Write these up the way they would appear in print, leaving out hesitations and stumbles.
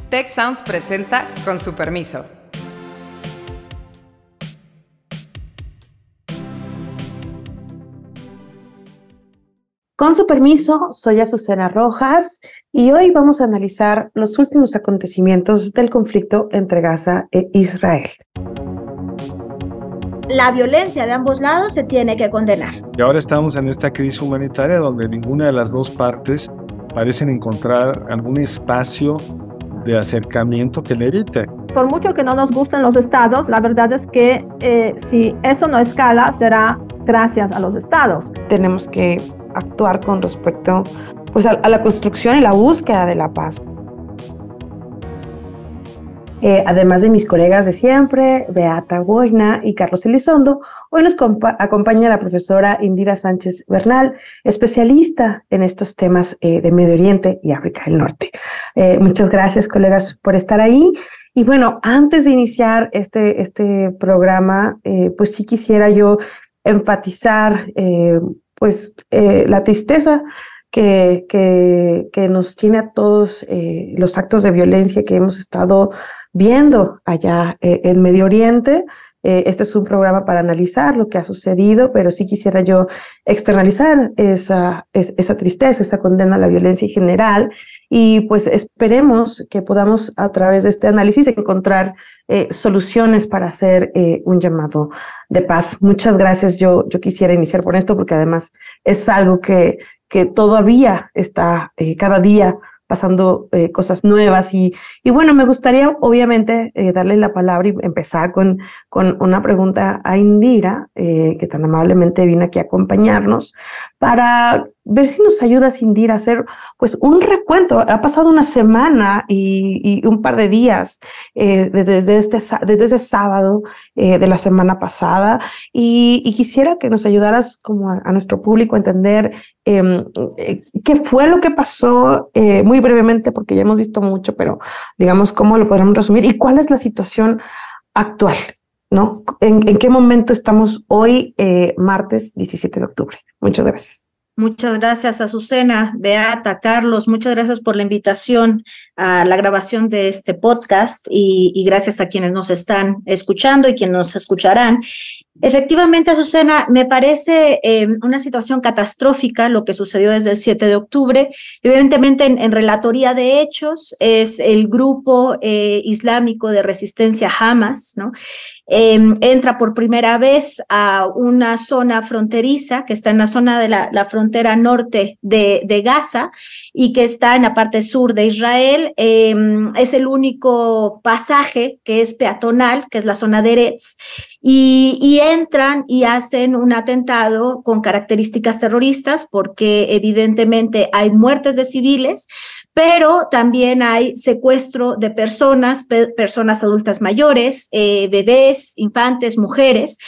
Tech Sounds presenta Con su permiso. Con su permiso, soy Azucena Rojas y hoy vamos a analizar los últimos acontecimientos del conflicto entre Gaza e Israel. La violencia de ambos lados se tiene que condenar. Y ahora estamos en esta crisis humanitaria donde ninguna de las dos partes parecen encontrar algún espacio de acercamiento que le evite. Por mucho que no nos gusten los estados, la verdad es que si eso no escala, será gracias a los estados. Tenemos que actuar con respecto a la construcción y la búsqueda de la paz. Además de mis colegas de siempre, Beata Goina y Carlos Elizondo, hoy nos acompaña la profesora Indira Sánchez Bernal, especialista en estos temas de Medio Oriente y África del Norte. Muchas gracias, colegas, por estar ahí. Y bueno, antes de iniciar este programa, pues sí quisiera yo enfatizar la tristeza que nos tiene a todos los actos de violencia que hemos estado viendo allá en Medio Oriente. Este es un programa para analizar lo que ha sucedido, pero sí quisiera yo externalizar esa tristeza, esa condena a la violencia en general, y pues esperemos que podamos a través de este análisis encontrar soluciones para hacer un llamado de paz. Muchas gracias. Yo quisiera iniciar por esto porque además es algo que todavía está cada día pasando cosas nuevas y bueno, me gustaría obviamente darle la palabra y empezar con una pregunta a Indira, que tan amablemente vino aquí a acompañarnos, para ver si nos ayudas, Indira, a hacer pues un recuento. Ha pasado una semana y un par de días desde ese sábado de la semana pasada y quisiera que nos ayudaras como a nuestro público a entender qué fue lo que pasó muy brevemente, porque ya hemos visto mucho, pero digamos cómo lo podríamos resumir y cuál es la situación actual, ¿no? ¿En qué momento estamos hoy, martes 17 de octubre? Muchas gracias. Muchas gracias, Azucena, Beata, Carlos, muchas gracias por la invitación a la grabación de este podcast y gracias a quienes nos están escuchando y quienes nos escucharán. Efectivamente, Azucena, me parece una situación catastrófica lo que sucedió desde el 7 de octubre. Evidentemente, en relatoría de hechos, es el grupo islámico de resistencia Hamas, ¿no? Entra por primera vez a una zona fronteriza que está en la zona de la frontera norte de Gaza y que está en la parte sur de Israel. Es el único pasaje que es peatonal, que es la zona de Eretz, y entran y hacen un atentado con características terroristas porque evidentemente hay muertes de civiles, pero también hay secuestro de personas adultas mayores, bebés, infantes, mujeres.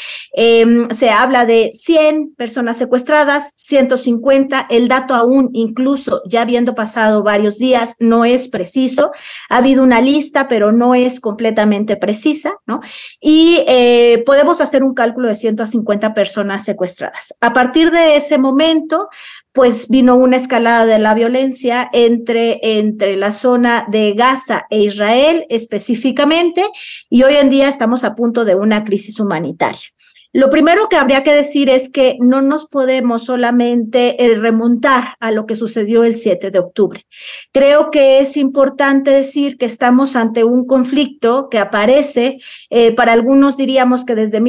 Se habla de 100 personas secuestradas, 150, el dato aún incluso ya habiendo pasado varios días no es preciso. Ha habido una lista, pero no es completamente precisa, ¿no? Y podemos hacer un cálculo de 150 personas secuestradas. A partir de ese momento, pues vino una escalada de la violencia entre la zona de Gaza e Israel específicamente, y hoy en día estamos a punto de una crisis humanitaria. Lo primero que habría que decir es que no nos podemos solamente remontar a lo que sucedió el 7 de octubre. Creo que es importante decir que estamos ante un conflicto que aparece, para algunos diríamos que desde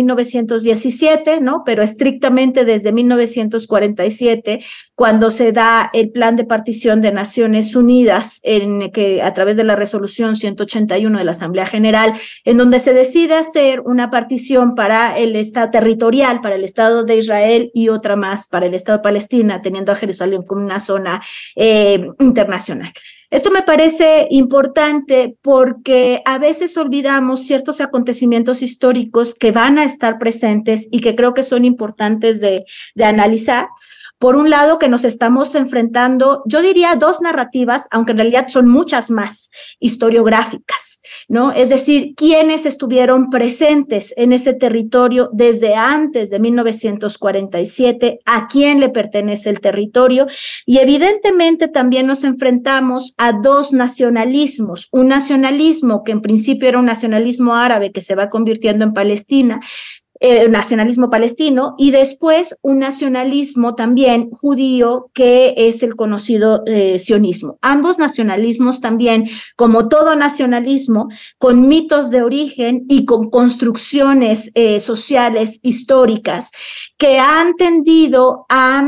1917, ¿no? Pero estrictamente desde 1947, cuando se da el Plan de Partición de Naciones Unidas, que a través de la resolución 181 de la Asamblea General, en donde se decide hacer una partición para el Estado territorial, para el Estado de Israel y otra más para el Estado de Palestina, teniendo a Jerusalén como una zona internacional. Esto me parece importante porque a veces olvidamos ciertos acontecimientos históricos que van a estar presentes y que creo que son importantes de analizar, Por un lado, que nos estamos enfrentando, yo diría, dos narrativas, aunque en realidad son muchas más historiográficas, ¿no? Es decir, quiénes estuvieron presentes en ese territorio desde antes de 1947, a quién le pertenece el territorio, y evidentemente también nos enfrentamos a dos nacionalismos, un nacionalismo que en principio era un nacionalismo árabe que se va convirtiendo en Palestina, nacionalismo palestino, y después un nacionalismo también judío que es el conocido sionismo. Ambos nacionalismos también, como todo nacionalismo, con mitos de origen y con construcciones sociales históricas que han tendido a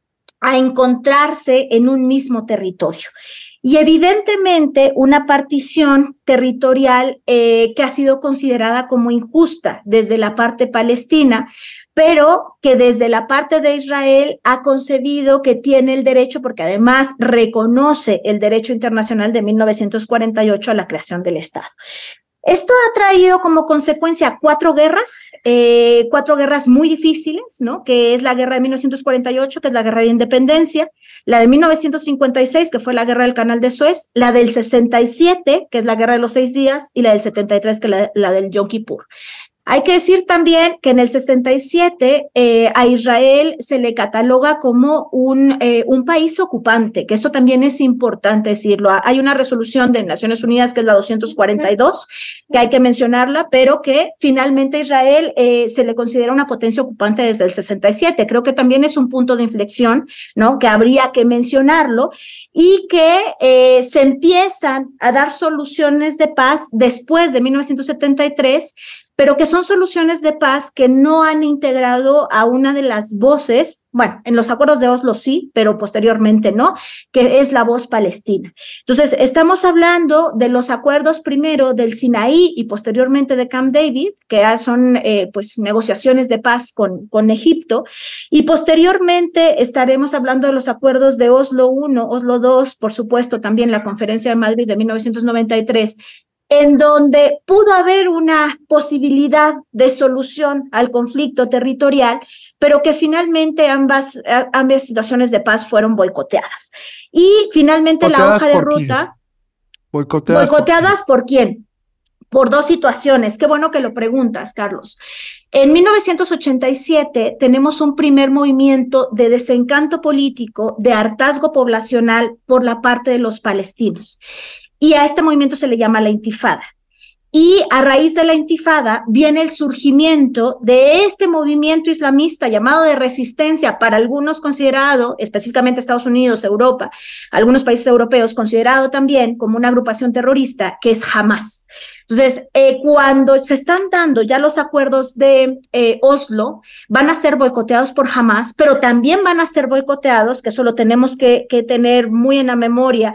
encontrarse en un mismo territorio. Y evidentemente una partición territorial que ha sido considerada como injusta desde la parte palestina, pero que desde la parte de Israel ha concebido que tiene el derecho, porque además reconoce el derecho internacional de 1948 a la creación del Estado. Esto ha traído como consecuencia cuatro guerras muy difíciles, ¿no? Que es la guerra de 1948, que es la guerra de independencia, la de 1956, que fue la guerra del Canal de Suez, la del 67, que es la guerra de los 6 días, y la del 73, que es la del Yom Kippur. Hay que decir también que en el 67 a Israel se le cataloga como un país ocupante, que eso también es importante decirlo. Hay una resolución de Naciones Unidas que es la 242, que hay que mencionarla, pero que finalmente Israel se le considera una potencia ocupante desde el 67. Creo que también es un punto de inflexión, ¿no? Que habría que mencionarlo, y que se empiezan a dar soluciones de paz después de 1973, pero que son soluciones de paz que no han integrado a una de las voces, bueno, en los acuerdos de Oslo sí, pero posteriormente no, que es la voz palestina. Entonces, estamos hablando de los acuerdos primero del Sinaí y posteriormente de Camp David, que son pues negociaciones de paz con Egipto, y posteriormente estaremos hablando de los acuerdos de Oslo I, Oslo II, por supuesto, también la Conferencia de Madrid de 1993, en donde pudo haber una posibilidad de solución al conflicto territorial, pero que finalmente ambas situaciones de paz fueron boicoteadas. Y finalmente la hoja de ruta... ¿Boicoteadas por quién? Por dos situaciones. Qué bueno que lo preguntas, Carlos. En 1987 tenemos un primer movimiento de desencanto político, de hartazgo poblacional por la parte de los palestinos. Y a este movimiento se le llama la Intifada. Y a raíz de la Intifada viene el surgimiento de este movimiento islamista llamado de resistencia, para algunos considerado, específicamente Estados Unidos, Europa, algunos países europeos, considerado también como una agrupación terrorista, que es Hamas. Entonces, cuando se están dando ya los acuerdos de Oslo, van a ser boicoteados por Hamas, pero también van a ser boicoteados, que eso lo tenemos que tener muy en la memoria,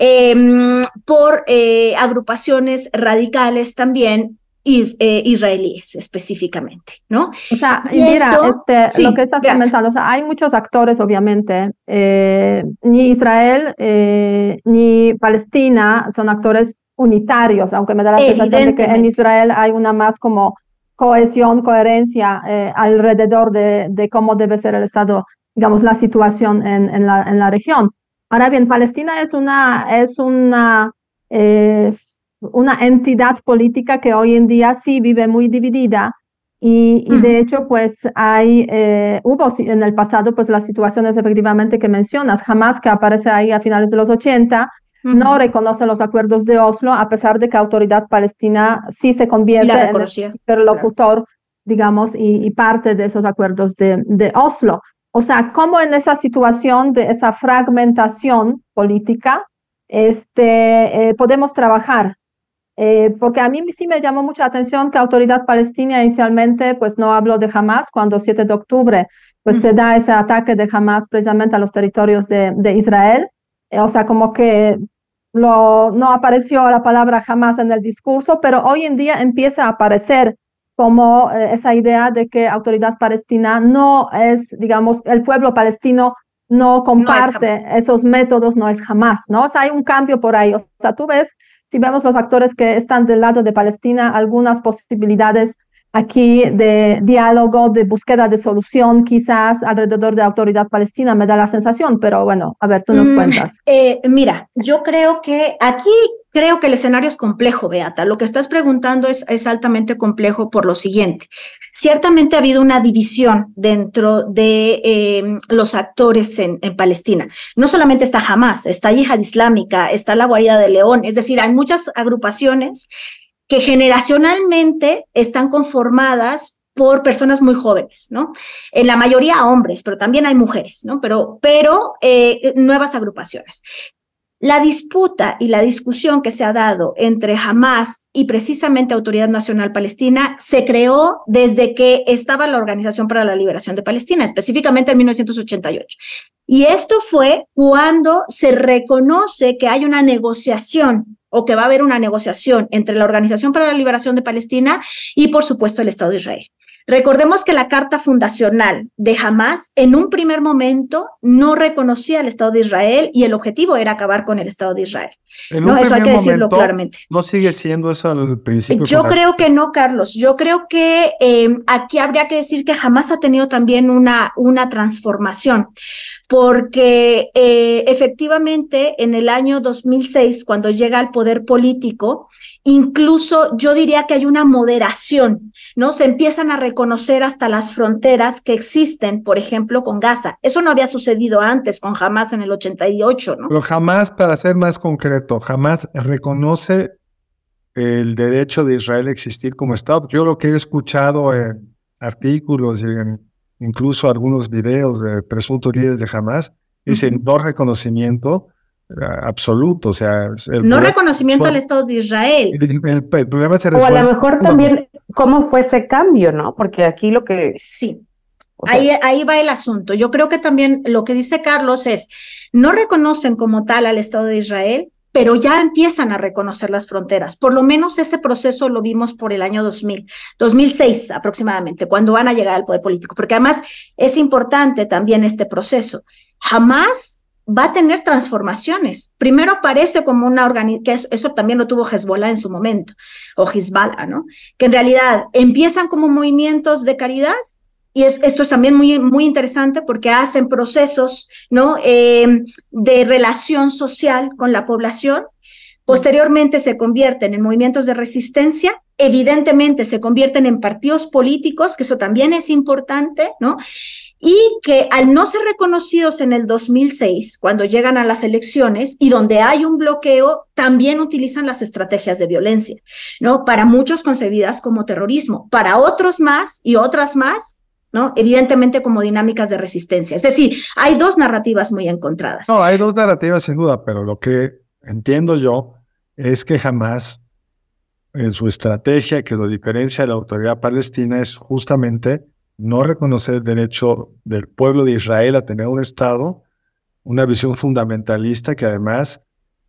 por agrupaciones radicales también israelíes específicamente, ¿no? O sea, y mira, sí, lo que estás comentando, o sea, hay muchos actores, obviamente, ni Israel ni Palestina son actores unitarios, aunque me da la sensación de que en Israel hay una más como cohesión, coherencia alrededor de cómo debe ser el Estado, digamos, la situación en la región. Ahora bien, Palestina es una entidad política que hoy en día sí vive muy dividida y de hecho pues hubo en el pasado pues las situaciones efectivamente que mencionas. Hamas, que aparece ahí a finales de los 80, no reconoce los acuerdos de Oslo, a pesar de que Autoridad Palestina sí se convierte en el interlocutor, digamos, y parte de esos acuerdos de Oslo. O sea, cómo en esa situación de esa fragmentación política podemos trabajar. Porque a mí sí me llamó mucha atención que Autoridad Palestina inicialmente pues no habló de Hamas, cuando 7 de octubre pues se da ese ataque de Hamas precisamente a los territorios de Israel. O sea, como que no apareció la palabra Hamas en el discurso, pero hoy en día empieza a aparecer como esa idea de que Autoridad Palestina no es, digamos, el pueblo palestino no comparte esos métodos, no es Hamas, ¿no? O sea, hay un cambio por ahí. O sea, tú ves, si vemos los actores que están del lado de Palestina, algunas posibilidades aquí de diálogo, de búsqueda de solución quizás alrededor de la autoridad palestina, me da la sensación, pero bueno, a ver, tú nos cuentas. Mira, yo creo que aquí el escenario es complejo, Beata. Lo que estás preguntando es altamente complejo por lo siguiente. Ciertamente ha habido una división dentro de los actores en Palestina. No solamente está Hamas, está Yihad Islámica, está la Guarida de León, es decir, hay muchas agrupaciones que generacionalmente están conformadas por personas muy jóvenes, ¿no? En la mayoría hombres, pero también hay mujeres, ¿no? Pero nuevas agrupaciones. La disputa y la discusión que se ha dado entre Hamas y precisamente Autoridad Nacional Palestina se creó desde que estaba la Organización para la Liberación de Palestina, específicamente en 1988. Y esto fue cuando se reconoce que hay una negociación o que va a haber una negociación entre la Organización para la Liberación de Palestina y, por supuesto, el Estado de Israel. Recordemos que la carta fundacional de Hamas en un primer momento no reconocía al Estado de Israel y el objetivo era acabar con el Estado de Israel. No, eso hay que decirlo claramente. ¿No sigue siendo eso al principio? Yo creo que no, Carlos. Yo creo que aquí habría que decir que Hamas ha tenido también una transformación, porque efectivamente en el año 2006, cuando llega al poder político, incluso yo diría que hay una moderación, ¿no? Se empiezan a reconocer hasta las fronteras que existen, por ejemplo, con Gaza. Eso no había sucedido antes con Hamas en el 88, ¿no? Pero Hamas, para ser más concreto, Hamas reconoce el derecho de Israel a existir como Estado. Yo lo que he escuchado en artículos y incluso algunos videos de presuntos líderes de Hamas es el no reconocimiento absoluto, o sea, no reconocimiento al Estado de Israel. El problema se resuelve. O a lo mejor también cómo fue ese cambio, ¿no? Porque aquí lo que... Sí, ahí va el asunto. Yo creo que también lo que dice Carlos es, no reconocen como tal al Estado de Israel, pero ya empiezan a reconocer las fronteras. Por lo menos ese proceso lo vimos por el año 2006 aproximadamente, cuando van a llegar al poder político, porque además es importante también este proceso. Jamás va a tener transformaciones. Primero aparece como una organización, que eso también lo tuvo Hezbollah en su momento, o Hezbollah, ¿no? Que en realidad empiezan como movimientos de caridad, y esto es también muy, muy interesante porque hacen procesos, ¿no? De relación social con la población. Posteriormente se convierten en movimientos de resistencia, evidentemente se convierten en partidos políticos, que eso también es importante, ¿no? Y que al no ser reconocidos en el 2006, cuando llegan a las elecciones y donde hay un bloqueo, también utilizan las estrategias de violencia, ¿no? Para muchos concebidas como terrorismo, para otros más y otras más, ¿no? Evidentemente como dinámicas de resistencia. Es decir, hay dos narrativas muy encontradas. No, hay dos narrativas sin duda, pero lo que entiendo yo es que jamás en su estrategia que lo diferencia de la autoridad palestina es justamente no reconocer el derecho del pueblo de Israel a tener un Estado, una visión fundamentalista que además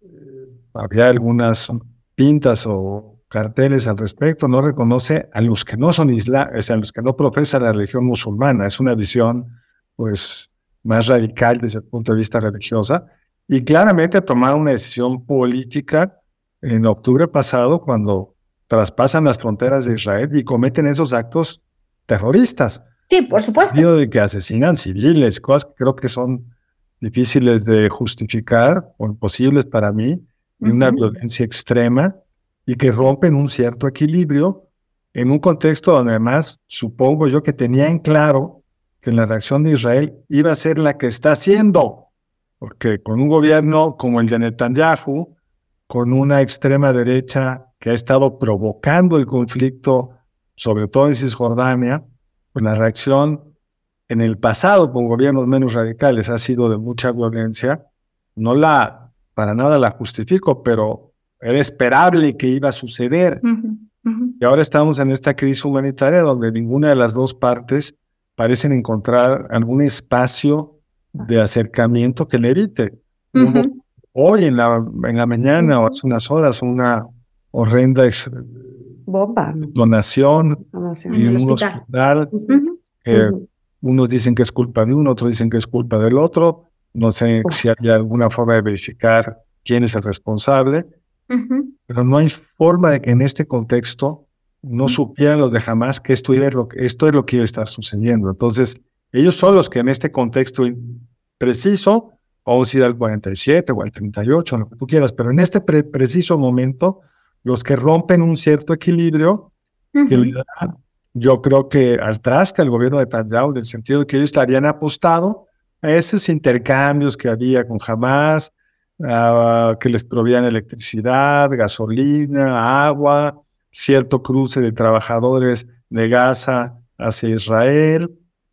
había algunas pintas o carteles al respecto, no reconoce a los que no son islámicos, a los que no profesan la religión musulmana. Es una visión pues más radical desde el punto de vista religiosa y claramente ha tomado una decisión política en octubre pasado cuando traspasan las fronteras de Israel y cometen esos actos terroristas. Sí, por supuesto. De que asesinan civiles, cosas que creo que son difíciles de justificar o imposibles para mí, y una violencia extrema y que rompen un cierto equilibrio en un contexto donde además supongo yo que tenían claro que la reacción de Israel iba a ser la que está haciendo, porque con un gobierno como el de Netanyahu, con una extrema derecha que ha estado provocando el conflicto, sobre todo en Cisjordania, pues la reacción en el pasado con gobiernos menos radicales ha sido de mucha violencia. Para nada la justifico, pero era esperable que iba a suceder. Y ahora estamos en esta crisis humanitaria donde ninguna de las dos partes parecen encontrar algún espacio de acercamiento que le evite. Hoy en la mañana o hace unas horas una horrenda bomba, donación en un hospital. Unos dicen que es culpa de uno, otros dicen que es culpa del otro. No sé si hay alguna forma de verificar quién es el responsable, pero no hay forma de que en este contexto no supieran los de Hamás que esto es lo que iba a estar sucediendo. Entonces, ellos son los que en este contexto preciso, vamos a ir al 47 o al 38, lo que tú quieras, pero en este preciso momento, los que rompen un cierto equilibrio, que le da, yo creo que al traste al gobierno de Netanyahu, en el sentido de que ellos habían apostado a esos intercambios que había con Hamás, que les proveían electricidad, gasolina, agua, cierto cruce de trabajadores de Gaza hacia Israel,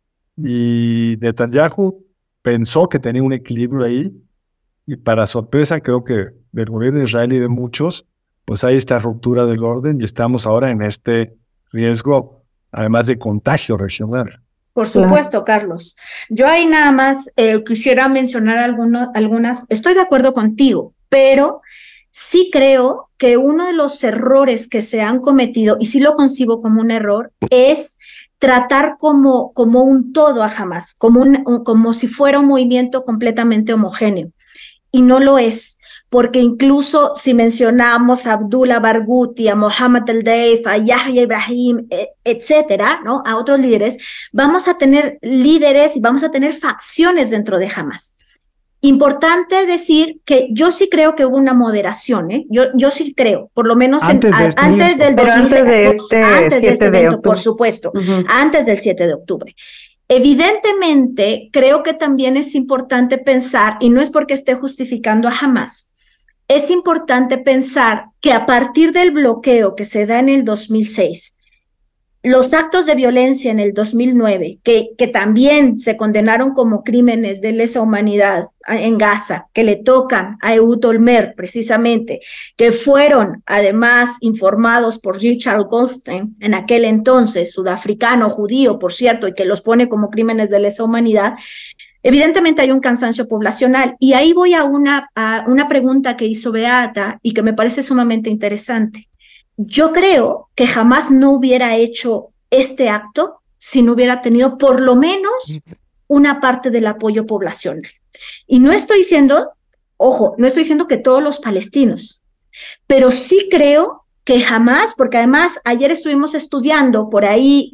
y Netanyahu pensó que tenía un equilibrio ahí, y para sorpresa creo que del gobierno de Israel y de muchos, pues hay esta ruptura del orden y estamos ahora en este riesgo, además de contagio regional. Por supuesto, Carlos. Yo ahí nada más quisiera mencionar algunas, estoy de acuerdo contigo, pero sí creo que uno de los errores que se han cometido, y sí lo concibo como un error, es tratar como un todo a Hamás, como si fuera un movimiento completamente homogéneo. Y no lo es, porque incluso si mencionamos a Abdullah Barghouti, a Mohammed El-Deif, a Yahya Ibrahim, etcétera, ¿no? A otros líderes, vamos a tener líderes y vamos a tener facciones dentro de Hamás. Importante decir que yo sí creo que hubo una moderación, ¿eh? Yo sí creo, por lo menos antes del 2006, antes de este evento, por supuesto, antes del 7 de octubre. Evidentemente, creo que también es importante pensar, y no es porque esté justificando a Hamás, es importante pensar que a partir del bloqueo que se da en el 2006, los actos de violencia en el 2009, que también se condenaron como crímenes de lesa humanidad en Gaza, que le tocan a Ehud Olmert precisamente, que fueron además informados por Richard Goldstein, en aquel entonces, sudafricano, judío, por cierto, y que los pone como crímenes de lesa humanidad. Evidentemente hay un cansancio poblacional, y ahí voy a una pregunta que hizo Beata y que me parece sumamente interesante. Yo creo que jamás no hubiera hecho este acto si no hubiera tenido por lo menos una parte del apoyo poblacional. Y no estoy diciendo, ojo, no estoy diciendo que todos los palestinos, pero sí creo que jamás, porque además ayer estuvimos estudiando por ahí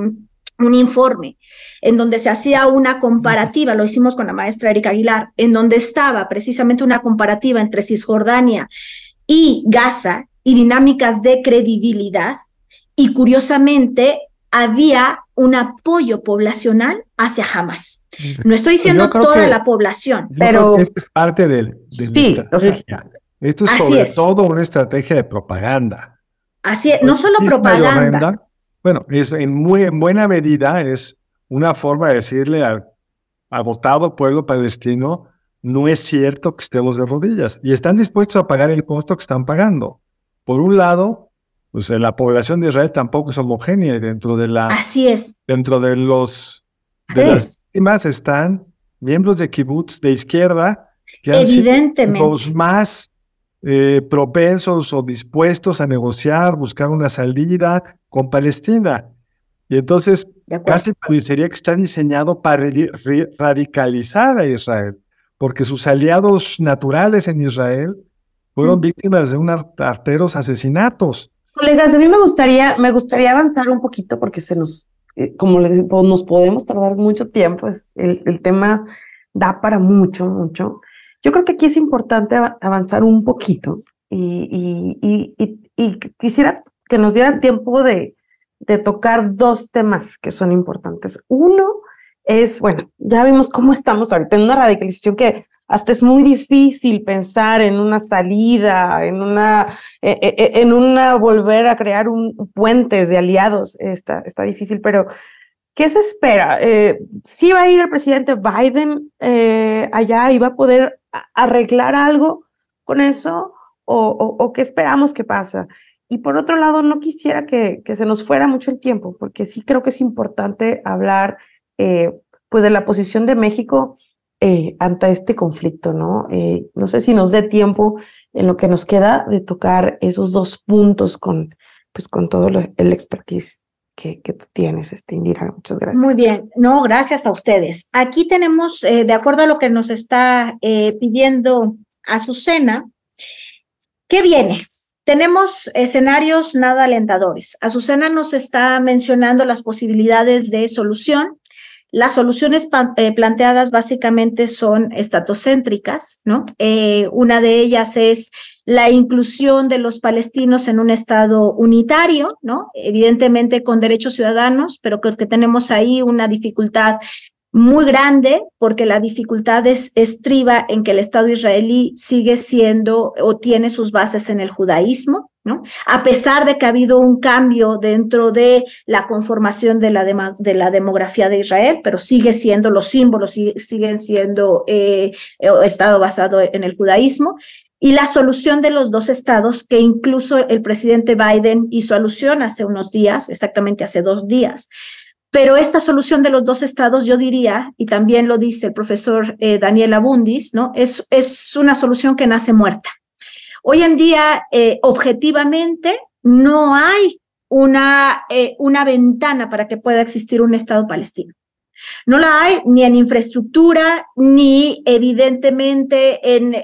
un informe en donde se hacía una comparativa, lo hicimos con la maestra Erika Aguilar, en donde estaba precisamente una comparativa entre Cisjordania y Gaza, y dinámicas de credibilidad, y curiosamente había un apoyo poblacional hacia Hamás. No estoy diciendo toda la población, pero esto es parte de la estrategia. Esto es sobre todo una estrategia de propaganda. Así es, no solo propaganda. Bueno, en buena medida es una forma de decirle al agotado pueblo palestino: no es cierto que estemos de rodillas, y están dispuestos a pagar el costo que están pagando. Por un lado, pues la población de Israel tampoco es homogénea, y dentro de Así es. Dentro de las víctimas están miembros de kibbutz de izquierda que han sido los más propensos o dispuestos a negociar, buscar una salida con Palestina. Y entonces casi parecería que está diseñado para radicalizar a Israel, porque sus aliados naturales en Israel fueron víctimas de unos arteros asesinatos. Colegas, a mí me gustaría avanzar un poquito, porque como les digo, nos podemos tardar mucho tiempo, el tema da para mucho. Yo creo que aquí es importante avanzar un poquito, y quisiera que nos dieran tiempo de tocar dos temas que son importantes. Uno es, bueno, ya vimos cómo estamos ahorita en una radicalización que hasta es muy difícil pensar en una salida, en una volver a crear puentes de aliados. Está difícil, pero ¿qué se espera? ¿Sí va a ir el presidente Biden allá y va a poder arreglar algo con eso? ¿O qué esperamos que pasa? Y por otro lado, no quisiera que se nos fuera mucho el tiempo, porque sí creo que es importante hablar pues de la posición de México ante este conflicto, ¿no? No sé si nos dé tiempo en lo que nos queda de tocar esos dos puntos con todo el expertise que tú tienes, Indira. Muchas gracias. Muy bien. No, gracias a ustedes. Aquí tenemos, de acuerdo a lo que nos está pidiendo Azucena, ¿qué viene? tenemos escenarios nada alentadores. Azucena nos está mencionando las posibilidades de solución. Las soluciones planteadas básicamente son estatocéntricas, ¿no? Una de ellas es la inclusión de los palestinos en un estado unitario, ¿no? Evidentemente con derechos ciudadanos, pero creo que tenemos ahí una dificultad muy grande, porque la dificultad estriba en que el Estado israelí sigue siendo o tiene sus bases en el judaísmo, ¿no? A pesar de que ha habido un cambio dentro de la conformación de la demografía de Israel, pero sigue siendo, los símbolos siguen siendo Estado basado en el judaísmo. Y la solución de los dos estados, que incluso el presidente Biden hizo alusión hace unos días, exactamente hace 2 días. Pero esta solución de los dos estados, yo diría, y también lo dice el profesor Daniel Abundis, ¿no? Es una solución que nace muerta. Hoy en día, objetivamente, no hay una ventana para que pueda existir un Estado palestino. No la hay ni en infraestructura, ni evidentemente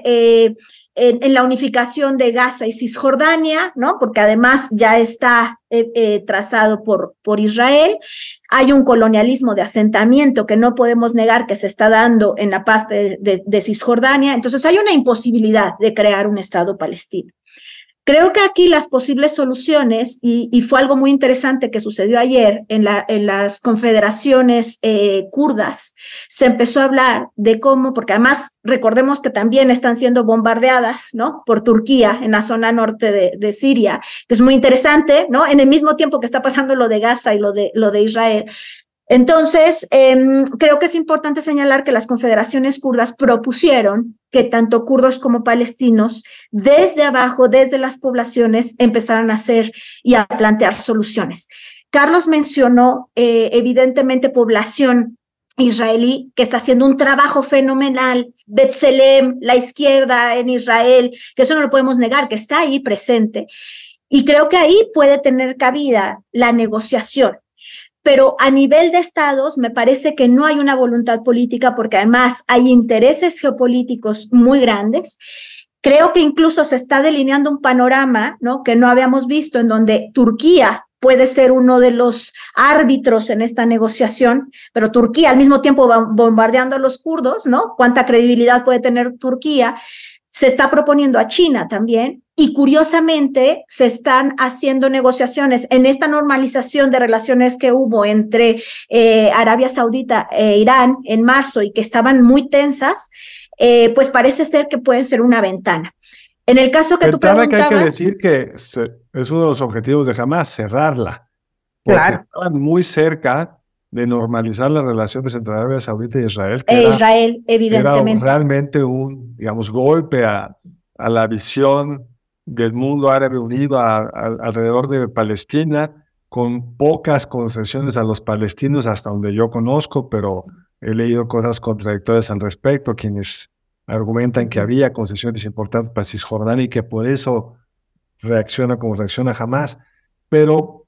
en la unificación de Gaza y Cisjordania, ¿no? Porque además ya está trazado por Israel. Hay un colonialismo de asentamiento que no podemos negar que se está dando en la paz de Cisjordania. Entonces hay una imposibilidad de crear un Estado palestino. Creo que aquí las posibles soluciones, y fue algo muy interesante que sucedió ayer en las confederaciones kurdas, se empezó a hablar de cómo, porque además recordemos que también están siendo bombardeadas, ¿no? Por Turquía en la zona norte de Siria, que es muy interesante, ¿no? En el mismo tiempo que está pasando lo de Gaza y lo de Israel. Entonces, creo que es importante señalar que las confederaciones kurdas propusieron que tanto kurdos como palestinos, desde abajo, desde las poblaciones, empezaran a hacer y a plantear soluciones. Carlos mencionó, evidentemente, población israelí que está haciendo un trabajo fenomenal, B'Tselem, la izquierda en Israel, que eso no lo podemos negar, que está ahí presente. Y creo que ahí puede tener cabida la negociación. Pero a nivel de estados me parece que no hay una voluntad política, porque además hay intereses geopolíticos muy grandes. Creo que incluso se está delineando un panorama, ¿no?, que no habíamos visto, en donde Turquía puede ser uno de los árbitros en esta negociación, pero Turquía al mismo tiempo bombardeando a los kurdos, ¿no? ¿Cuánta credibilidad puede tener Turquía? Se está proponiendo a China también, y curiosamente se están haciendo negociaciones en esta normalización de relaciones que hubo entre Arabia Saudita e Irán en marzo y que estaban muy tensas, pues parece ser que pueden ser una ventana. En el caso que tú preguntabas... Que hay que decir que es uno de los objetivos de Hamás, cerrarla. Porque claro, estaban muy cerca de normalizar las relaciones entre Arabia Saudita y Israel. Israel, evidentemente. Era realmente un, digamos, golpe a la visión del mundo árabe unido alrededor de Palestina, con pocas concesiones a los palestinos hasta donde yo conozco, pero he leído cosas contradictorias al respecto, quienes argumentan que había concesiones importantes para Cisjordania y que por eso reacciona como reacciona Hamás. Pero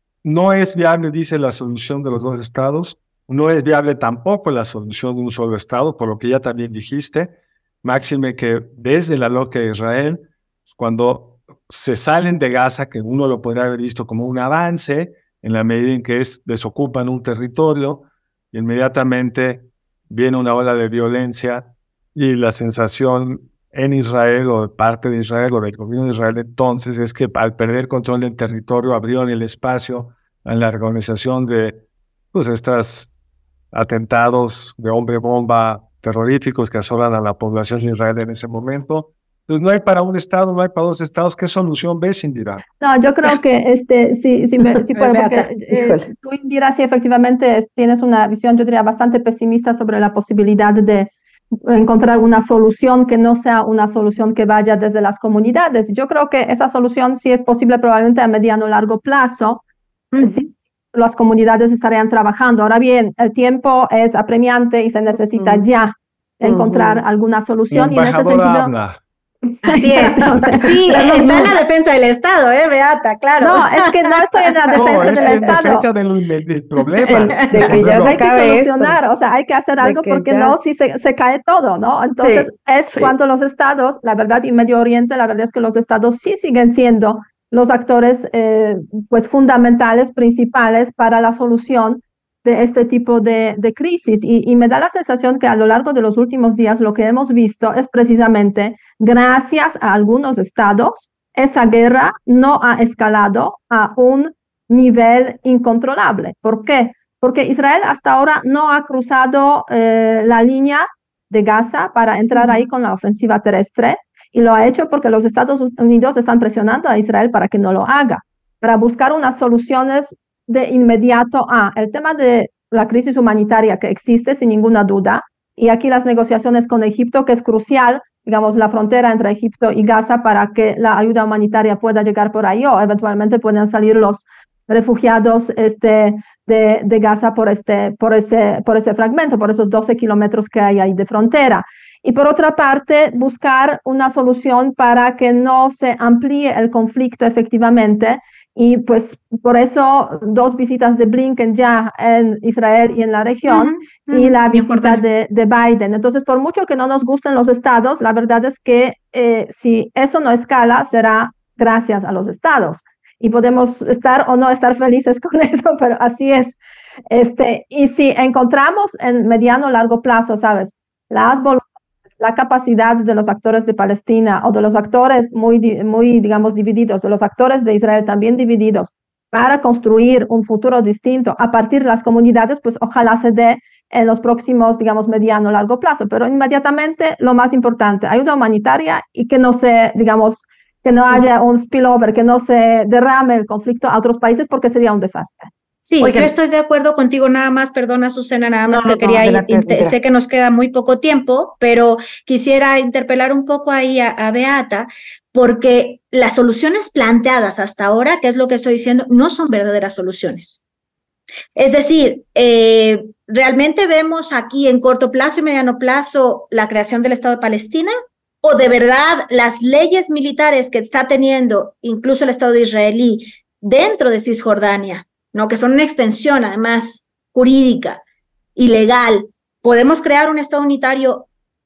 no es viable, dice, la solución de los dos estados. No es viable tampoco la solución de un solo estado, por lo que ya también dijiste, máxime que desde la lógica de Israel, cuando se salen de Gaza, que uno lo podría haber visto como un avance, en la medida en que desocupan un territorio, y inmediatamente viene una ola de violencia, y la sensación en Israel, o de parte de Israel, o del gobierno de Israel entonces, es que al perder control del territorio abrieron el espacio a la organización de estos atentados de hombre bomba terroríficos que asolan a la población de Israel en ese momento. Entonces no hay para un estado, no hay para dos estados. ¿Qué solución ves, Indira? No, yo creo que sí puedo, porque tú, Indira, sí efectivamente tienes una visión, yo diría, bastante pesimista sobre la posibilidad de encontrar una solución que no sea una solución que vaya desde las comunidades. Yo creo que esa solución sí es posible probablemente a mediano o largo plazo, si las comunidades estarían trabajando. Ahora bien, el tiempo es apremiante y se necesita ya encontrar alguna solución. Y en ese sentido, habla. Así es. Sí, está en la defensa del Estado, Beata, claro. No, es que no estoy en la defensa del Estado. Defensa del problema. De que ya Hay que acabe solucionar, o sea, hay que hacer algo porque no, si se cae todo, ¿no? Entonces, cuando los estados, la verdad, y Medio Oriente, la verdad es que los estados sí siguen siendo los actores, pues, fundamentales, principales para la solución de este tipo de crisis. Y me da la sensación que a lo largo de los últimos días lo que hemos visto es precisamente gracias a algunos estados, esa guerra no ha escalado a un nivel incontrolable. ¿Por qué? Porque Israel hasta ahora no ha cruzado la línea de Gaza para entrar ahí con la ofensiva terrestre, y lo ha hecho porque los Estados Unidos están presionando a Israel para que no lo haga, para buscar unas soluciones de inmediato a el tema de la crisis humanitaria que existe sin ninguna duda, y aquí las negociaciones con Egipto, que es crucial, digamos, la frontera entre Egipto y Gaza para que la ayuda humanitaria pueda llegar por ahí o eventualmente puedan salir los refugiados de Gaza por ese fragmento, por esos 12 kilómetros que hay ahí de frontera. Y por otra parte, buscar una solución para que no se amplíe el conflicto efectivamente. Y pues por eso 2 visitas de Blinken ya en Israel y en la región, y la visita de Biden. Entonces, por mucho que no nos gusten los estados, la verdad es que si eso no escala, será gracias a los estados. Y podemos estar o no estar felices con eso, pero así es. Y si encontramos en mediano o largo plazo, ¿sabes?, las voluntades, la capacidad de los actores de Palestina o de los actores muy, digamos, divididos, de los actores de Israel también divididos, para construir un futuro distinto a partir de las comunidades, pues ojalá se dé en los próximos, digamos, mediano o largo plazo. Pero inmediatamente lo más importante, ayuda humanitaria, y que no se, digamos, que no haya un spillover, que no se derrame el conflicto a otros países, porque sería un desastre. Sí, yo estoy de acuerdo contigo, nada más, perdona, Azucena, nada más sé que nos queda muy poco tiempo, pero quisiera interpelar un poco ahí a Beata, porque las soluciones planteadas hasta ahora, que es lo que estoy diciendo, no son verdaderas soluciones. Es decir, ¿realmente vemos aquí en corto plazo y mediano plazo la creación del Estado de Palestina? ¿O de verdad las leyes militares que está teniendo incluso el Estado de Israel dentro de Cisjordania, ¿no?, que son una extensión además jurídica y legal, podemos crear un Estado unitario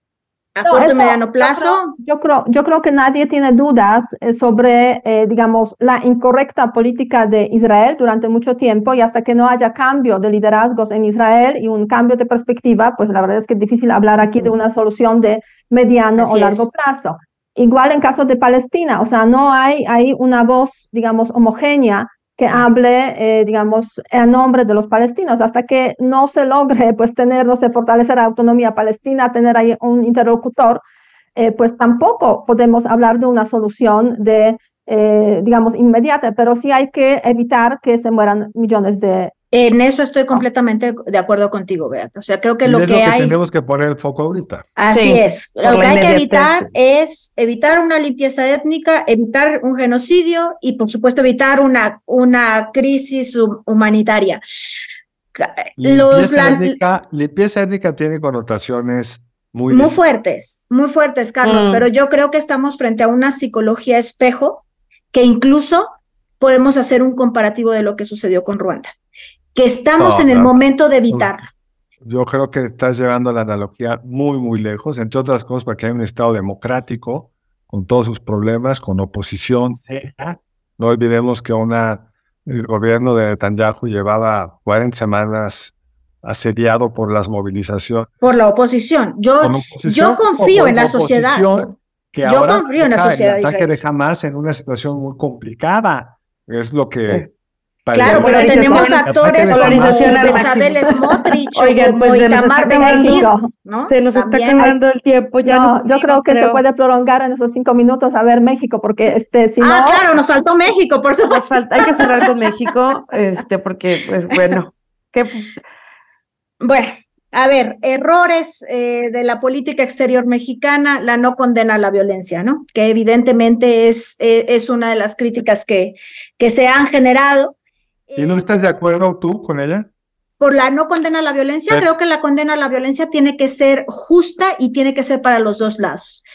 a corto y mediano plazo? Yo creo que nadie tiene dudas sobre, digamos, la incorrecta política de Israel durante mucho tiempo, y hasta que no haya cambio de liderazgos en Israel y un cambio de perspectiva, pues la verdad es que es difícil hablar aquí de una solución de mediano o largo plazo. Igual en caso de Palestina, o sea, no hay una voz, digamos, homogénea que hable, digamos, en nombre de los palestinos, hasta que no se logre, pues, fortalecer la autonomía palestina, tener ahí un interlocutor, pues tampoco podemos hablar de una solución digamos, inmediata, pero sí hay que evitar que se mueran millones de... En eso estoy completamente de acuerdo contigo, Beata. O sea, creo que lo que tenemos que poner el foco ahorita. Así es. Lo que hay que evitar es evitar una limpieza étnica, evitar un genocidio y, por supuesto, evitar una crisis humanitaria. Limpieza étnica tiene connotaciones muy fuertes, Carlos, pero yo creo que estamos frente a una psicología espejo que incluso podemos hacer un comparativo de lo que sucedió con Ruanda, que estamos en el momento de evitarlo. Yo creo que estás llevando la analogía muy, muy lejos, entre otras cosas porque hay un Estado democrático con todos sus problemas, con oposición. No olvidemos que el gobierno de Netanyahu llevaba 40 semanas asediado por las movilizaciones. Por la oposición. Yo confío en la sociedad. Yo confío en la sociedad. El ataque de Hamas en una situación muy complicada. Es lo que... Claro, pero tenemos actores como Bezalel Smotrich o como Itamar Ben-Gvir, ¿no? Se nos está acabando el tiempo. Yo creo que se puede prolongar en esos 5 minutos a ver México, porque si no... claro, nos faltó México, por supuesto. Hay que cerrar con México, porque, pues, bueno... Bueno, a ver, errores de la política exterior mexicana, la no condena a la violencia, ¿no? Que evidentemente es una de las críticas que se han generado. ¿Y no estás de acuerdo tú con ella? Por la no condena a la violencia, creo que la condena a la violencia tiene que ser justa y tiene que ser para los dos lados.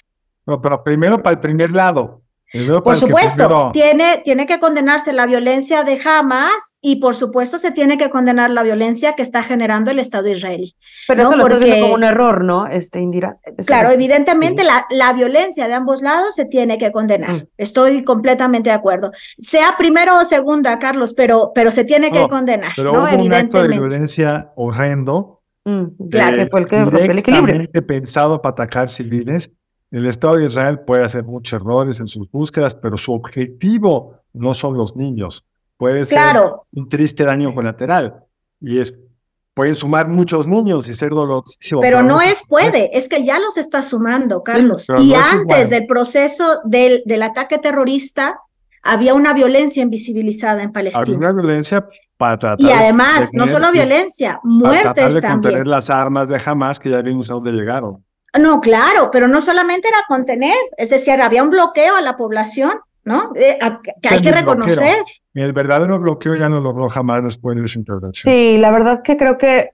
No, pero primero para el primer lado. Por supuesto, tiene que condenarse la violencia de Hamas y por supuesto se tiene que condenar la violencia que está generando el Estado israelí. Pero eso lo estás viendo como un error, ¿no, Indira? Claro, evidentemente la violencia de ambos lados se tiene que condenar. Estoy completamente de acuerdo. Sea primera o segunda, Carlos, pero se tiene que condenar. Pero hubo un acto de violencia horrendo. Claro, que fue el que rompió el equilibrio. Pensado para atacar civiles. El Estado de Israel puede hacer muchos errores en sus búsquedas, pero su objetivo no son los niños. Puede ser un triste daño colateral. Y pueden sumar muchos niños y ser dolorosísimo. Pero no es que ya los está sumando, Carlos. Sí, y no antes del proceso del ataque terrorista, había una violencia invisibilizada en Palestina. Había una violencia para tratar y además, no solo violencia, muertes para tratar de también. Contener las armas de Hamas que ya vimos a dónde llegaron. No, claro, pero no solamente era contener, es decir, había un bloqueo a la población, ¿no? Que hay que reconocer. El verdadero bloqueo ya no logró Hamas después de su intervención. Sí, la verdad que creo que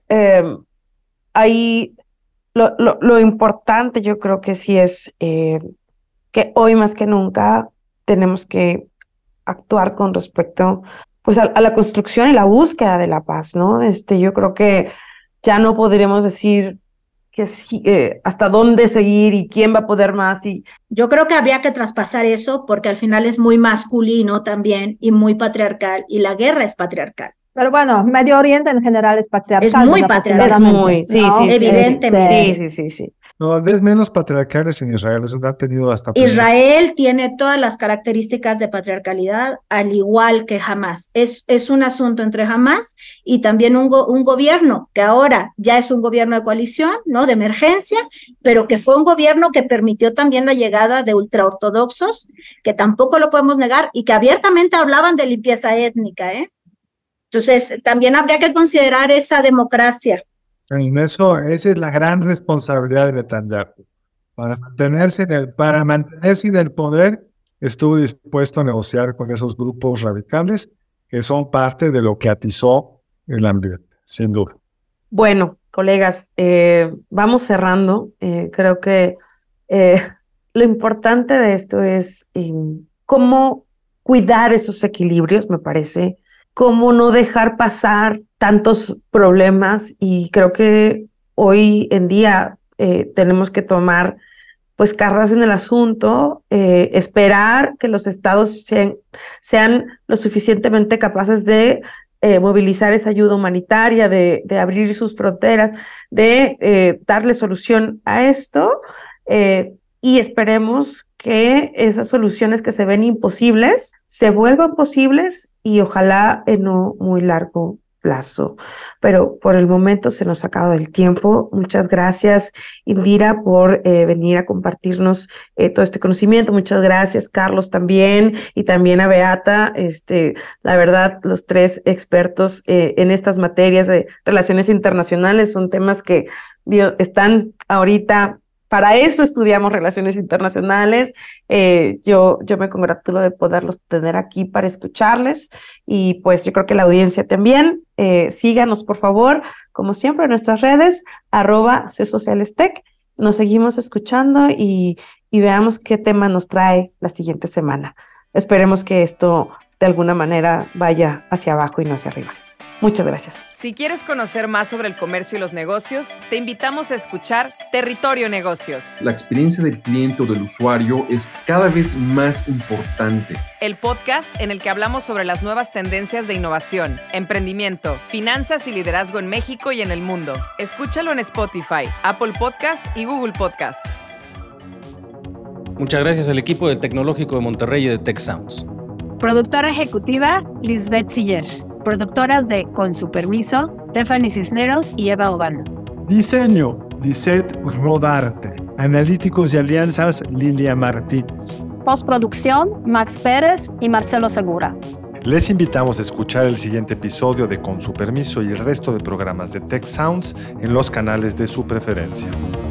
ahí lo importante yo creo que sí es que hoy más que nunca tenemos que actuar con respecto pues a la construcción y la búsqueda de la paz, ¿no? Yo creo que ya no podremos decir que sí, hasta dónde seguir y quién va a poder más. Yo creo que habría que traspasar eso porque al final es muy masculino también y muy patriarcal y la guerra es patriarcal. Pero bueno, Medio Oriente en general es patriarcal. Es muy patriarcal. Es muy, sí, ¿no? sí, evidentemente. Sí. No, es menos patriarcales en Israel, eso han tenido hasta... Israel tiene todas las características de patriarcalidad, al igual que Hamas. Es un asunto entre Hamas y también un gobierno, que ahora ya es un gobierno de coalición, ¿no? De emergencia, pero que fue un gobierno que permitió también la llegada de ultraortodoxos, que tampoco lo podemos negar, y que abiertamente hablaban de limpieza étnica, ¿eh? Entonces, también habría que considerar esa democracia. En eso, esa es la gran responsabilidad de Netanyahu. Para mantenerse en el poder, estuvo dispuesto a negociar con esos grupos radicales que son parte de lo que atizó el ambiente, sin duda. Bueno, colegas, vamos cerrando. Creo que lo importante de esto es cómo cuidar esos equilibrios, me parece, cómo no dejar pasar tantos problemas, y creo que hoy en día tenemos que tomar pues cartas en el asunto, esperar que los estados sean lo suficientemente capaces de movilizar esa ayuda humanitaria, de abrir sus fronteras, de darle solución a esto, y esperemos que esas soluciones que se ven imposibles se vuelvan posibles y ojalá en un muy largo plazo. Pero por el momento se nos ha acabado el tiempo. Muchas gracias, Indira, por venir a compartirnos todo este conocimiento. Muchas gracias, Carlos, también, y también a Beata. La verdad, los tres expertos en estas materias de relaciones internacionales son temas que están ahorita. Para eso estudiamos relaciones internacionales. Yo me congratulo de poderlos tener aquí para escucharles, y pues yo creo que la audiencia también. Síganos, por favor, como siempre, en nuestras redes, @csocialestech. Nos seguimos escuchando y veamos qué tema nos trae la siguiente semana. Esperemos que esto de alguna manera vaya hacia abajo y no hacia arriba. Muchas gracias. Si quieres conocer más sobre el comercio y los negocios, te invitamos a escuchar Territorio Negocios. La experiencia del cliente o del usuario es cada vez más importante. El podcast en el que hablamos sobre las nuevas tendencias de innovación, emprendimiento, finanzas y liderazgo en México y en el mundo. Escúchalo en Spotify, Apple Podcast y Google Podcast. Muchas gracias al equipo del Tecnológico de Monterrey y de Tech Sounds. Productora ejecutiva, Lisbeth Siller. Productoras de Con Su Permiso, Stephanie Cisneros y Eva Obando. Diseño, Lisette Rodarte. Analíticos y alianzas, Lilia Martínez. Postproducción, Max Pérez y Marcelo Segura. Les invitamos a escuchar el siguiente episodio de Con Su Permiso y el resto de programas de Tech Sounds en los canales de su preferencia.